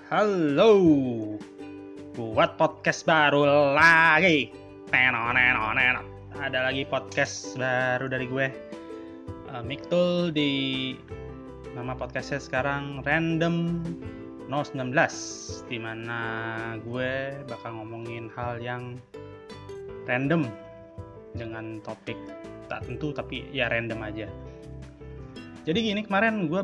Halo, buat podcast baru lagi. Ada lagi podcast baru dari gue, Miktul. Di nama podcastnya sekarang Random No 19, dimana gue bakal ngomongin hal yang random dengan topik tak tentu, tapi ya random aja. Jadi gini, kemarin gue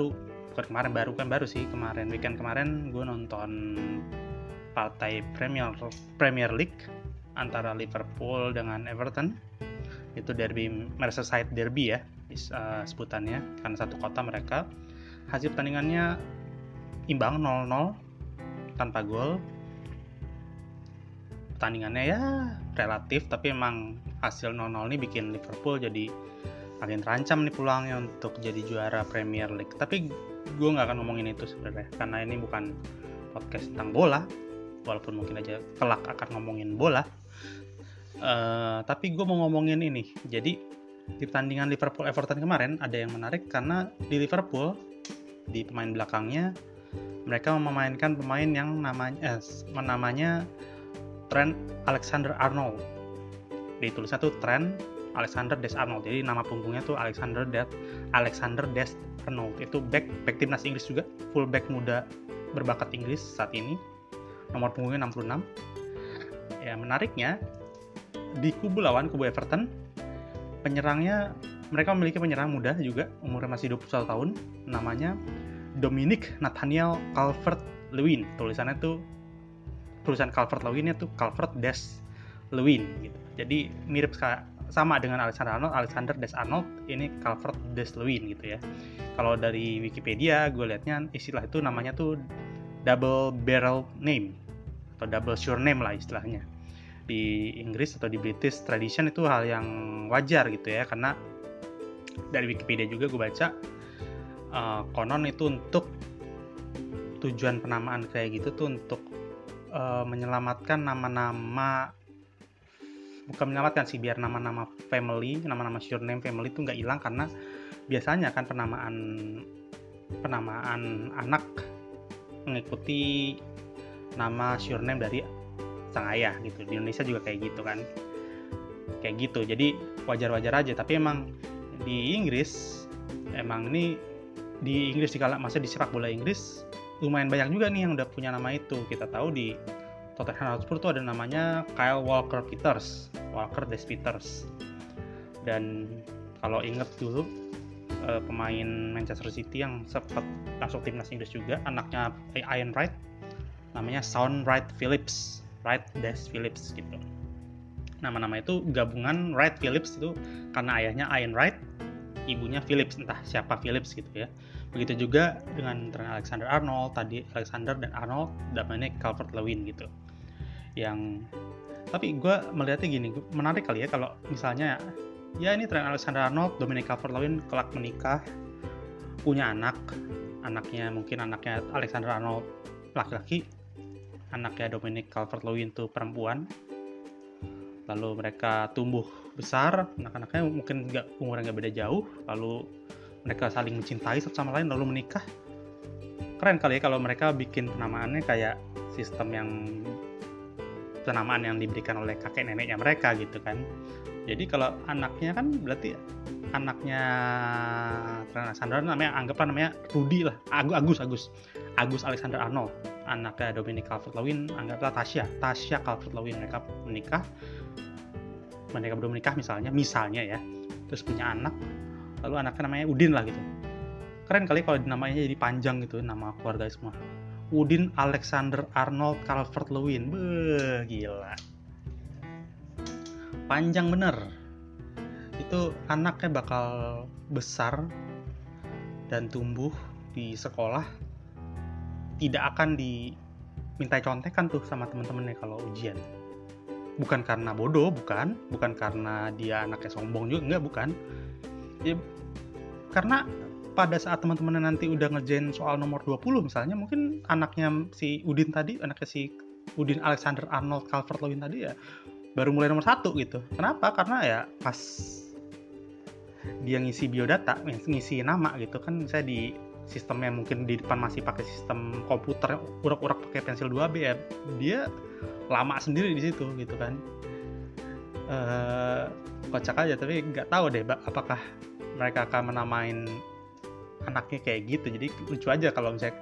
kemarin weekend kemarin gue nonton partai Premier League antara Liverpool dengan Everton. Itu derby, Merseyside derby ya sebutannya, karena satu kota mereka. Hasil pertandingannya imbang 0-0 tanpa gol. Pertandingannya ya relatif, tapi emang hasil 0-0 ini bikin Liverpool jadi makin terancam nih peluangnya untuk jadi juara Premier League. Tapi gue nggak akan ngomongin itu sebenarnya, karena ini bukan podcast tentang bola, walaupun mungkin aja kelak akan ngomongin bola. Tapi gue mau ngomongin ini. Jadi di pertandingan Liverpool-Everton kemarin ada yang menarik, karena di Liverpool, di pemain belakangnya mereka memainkan pemain yang namanya Trent Alexander-Arnold. Di tulisnya tuh Trent Alexander-Arnold. Jadi nama punggungnya tuh Alexander-Arnold. Itu back timnas Inggris juga, full back muda berbakat Inggris saat ini. Nomor punggungnya 66. Ya, menariknya di kubu Everton, penyerangnya mereka memiliki penyerang muda juga, umurnya masih 21 tahun, namanya Dominic Nathaniel Calvert-Lewin. Tulisan Calvert-Lewinnya tuh Calvert-Lewin gitu. Jadi mirip sama dengan Alexander-Arnold, ini Calvert-Lewin gitu ya. Kalau dari Wikipedia gue liatnya istilah itu namanya tuh double barrel name atau double surname lah istilahnya. Di Inggris atau di British tradition itu hal yang wajar gitu ya, karena dari Wikipedia juga gue baca konon itu untuk tujuan penamaan kayak gitu tuh untuk menyelamatkan nama-nama, bukan menyelamatkan sih, biar nama-nama surname family itu nggak hilang, karena biasanya kan penamaan anak mengikuti nama surname dari sang ayah gitu. Di Indonesia juga kayak gitu kan, kayak gitu. Jadi wajar-wajar aja. Tapi emang di Inggris, di sepak bola Inggris lumayan banyak juga nih yang udah punya nama itu. Kita tahu di Tottenham Hotspur tuh ada namanya Kyle Walker Des Peters. Dan kalau inget dulu pemain Manchester City yang sempat masuk timnas Inggris juga, anaknya Ian Wright, namanya Shaun Wright-Phillips gitu. Nama-nama itu gabungan Wright-Phillips itu karena ayahnya Ian Wright, ibunya Phillips, entah siapa Phillips gitu ya. Begitu juga dengan Trent Alexander-Arnold, tadi Alexander dan Arnold, namanya Calvert-Lewin gitu. Tapi gue melihatnya gini, menarik kali ya kalau misalnya ya ini Trent Alexander-Arnold, Dominic Calvert-Lewin kelak menikah, punya anaknya Alexander-Arnold laki-laki, anaknya Dominic Calvert-Lewin tuh perempuan. Lalu mereka tumbuh besar, anak-anaknya mungkin umurnya nggak beda jauh, lalu mereka saling mencintai satu sama lain, lalu menikah. Keren kali ya kalau mereka bikin penamaannya kayak sistem penamaan yang diberikan oleh kakek neneknya mereka gitu kan. Jadi kalau anaknya kan berarti anaknya Trent Alexander namanya Rudy lah, Agus Alexander-Arnold. Anaknya Dominic Calvert-Lewin anggaplah Tasya Calvert-Lewin. Mereka belum menikah misalnya ya, terus punya anak, lalu anaknya namanya Udin lah gitu. Keren kali kalau namanya jadi panjang gitu, nama keluarga semua. Udin Alexander-Arnold Calvert-Lewin. Gila. Panjang bener. Itu anaknya bakal besar dan tumbuh di sekolah, tidak akan dimintai contekan tuh sama teman-temannya kalau ujian. Bukan karena bodoh, bukan karena dia anaknya sombong juga, enggak, bukan. Ya, karena pada saat teman-teman nanti udah ngerjain soal nomor 20 misalnya, mungkin anaknya si Udin Alexander-Arnold Calvert-Lewin tadi ya baru mulai nomor 1 gitu. Kenapa? Karena ya pas dia ngisi biodata, ngisi nama gitu kan, misalnya di sistemnya mungkin di depan masih pakai sistem komputer urak-urak pakai pensil 2B ya, dia lama sendiri di situ gitu kan. Kocak aja, tapi nggak tahu deh apakah mereka akan menamain anaknya kayak gitu. Jadi lucu aja kalau misalnya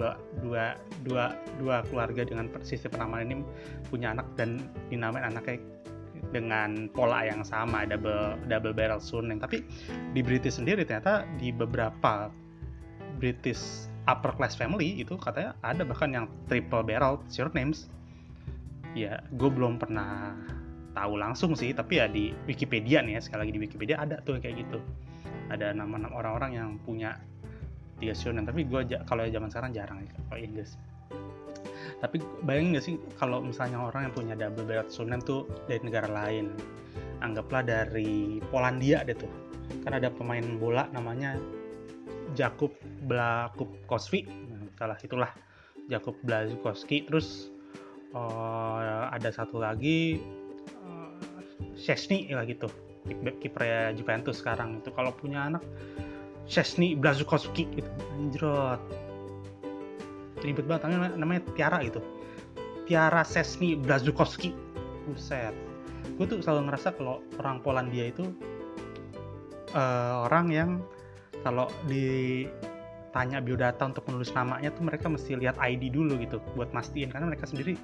dua keluarga dengan sistem penamaan ini punya anak dan dinamain anaknya dengan pola yang sama, double barrel surname. Tapi di British sendiri ternyata di beberapa British upper class family itu katanya ada bahkan yang triple barrel surnames. Ya gue belum pernah tahu langsung sih, tapi ya di Wikipedia nih ya, sekali lagi di Wikipedia ada tuh kayak gitu, ada nama-nama orang-orang yang punya 3 surname. Tapi gue kalau zaman sekarang jarang ya kalau Inggris. Tapi bayangin gak sih kalau misalnya orang yang punya double barrel surname tuh dari negara lain, anggaplah dari Polandia deh tuh, karena ada pemain bola namanya Jakub Błaszczykowski, salah itulah Jakub Błaszczykowski. Terus ada satu lagi Szczęsny lah gitu, kipernya Juventus sekarang itu, kalau punya anak Szczęsny Błaszczykowski gitu, anjrot ribet banget namanya Tiara gitu, Tiara Szczęsny Błaszczykowski. Buset, gue tuh selalu ngerasa kalau orang Polandia itu orang yang kalau ditanya biodata untuk menulis namanya tuh mereka mesti lihat ID dulu gitu buat mastiin, karena mereka sendiri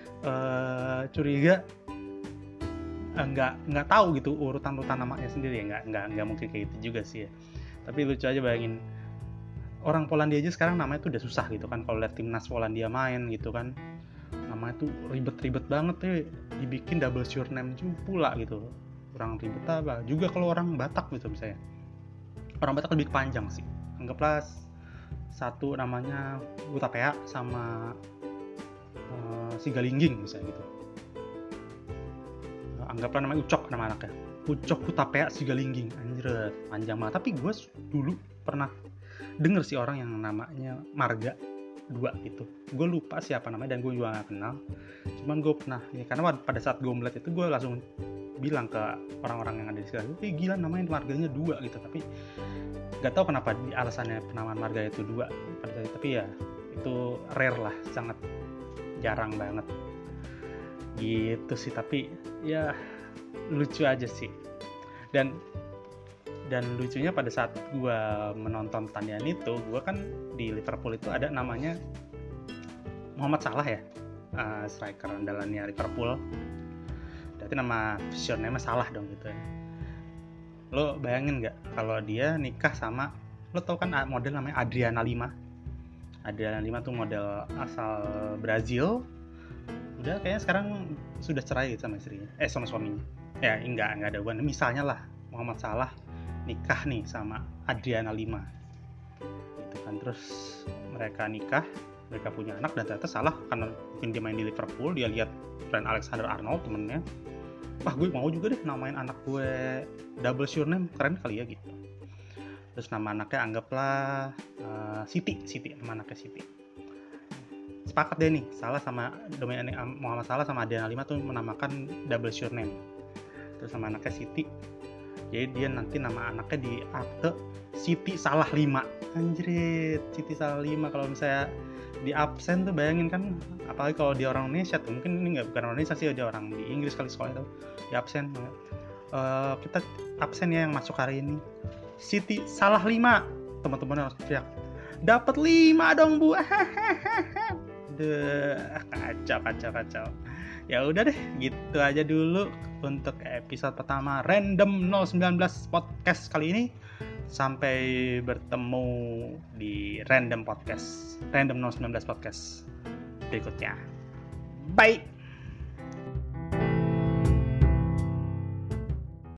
curiga nggak tahu gitu urutan namanya sendiri ya. Nggak mungkin kayak gitu juga sih ya. Tapi lucu aja, bayangin orang Polandia aja sekarang namanya tuh udah susah gitu kan. Kalau lihat timnas Polandia main gitu kan, namanya tuh ribet banget ya, dibikin double surname juga pula gitu. Orang ribet apa juga kalau orang Batak gitu misalnya. Orang Batak lebih panjang sih, anggaplah satu namanya Utapea sama Sigalingging misalnya gitu. Anggaplah namanya Ucok nama anaknya, Ucok Utapea Sigalingging, anjir panjang banget. Tapi gue dulu pernah denger sih orang yang namanya Marga 2 gitu, gue lupa siapa namanya dan gue juga gak kenal. Cuman gue pernah ya, karena pada saat gue melihat itu gue langsung bilang ke orang-orang yang ada di sekitar, gila namanya marganya 2 gitu. Tapi gak tahu kenapa alasannya penamaan marga itu 2 pada saat itu. Tapi ya itu rare lah, sangat jarang banget gitu sih. Tapi ya lucu aja sih. Dan lucunya pada saat gue menonton pertandingan itu, gue kan di Liverpool itu ada namanya Muhammad Salah ya, striker andalannya Liverpool. Berarti nama visionernya Salah dong gitu ya. Lo bayangin nggak kalau dia nikah sama, lo tau kan model namanya Adriana Lima. Adriana Lima tuh model asal Brazil. Udah kayaknya sekarang sudah cerai gitu sama istrinya, sama suaminya. Ya enggak ada hubungan. Misalnya lah Muhammad Salah nikah nih sama Adriana Lima gitu kan. Terus mereka nikah, mereka punya anak, dan ternyata Salah karena mungkin dia main di Liverpool, dia lihat Trent Alexander-Arnold temennya, wah gue mau juga deh namain anak gue double surname, keren kali ya gitu. Terus nama anaknya anggaplah Siti, nama anaknya Siti. Sepakat deh nih, Muhammad Salah sama Adriana Lima tuh menamakan double surname. Terus nama anaknya Siti, jadi dia nanti nama anaknya di akte Siti Salah 5. Anjrit, Siti Salah 5. Kalau misalnya di absen tuh bayangin kan, apalagi kalau dia orang Indonesia tuh, mungkin ini bukan orang Indonesia sih, dia orang di Inggris kali sekolah itu, di absen kita absen ya yang masuk hari ini Siti Salah 5, teman-teman harus teriak dapat 5 dong Bu. Kacau. Ya udah deh, gitu aja dulu untuk episode pertama Random 019 podcast kali ini. Sampai bertemu di Random 019 podcast berikutnya. Bye.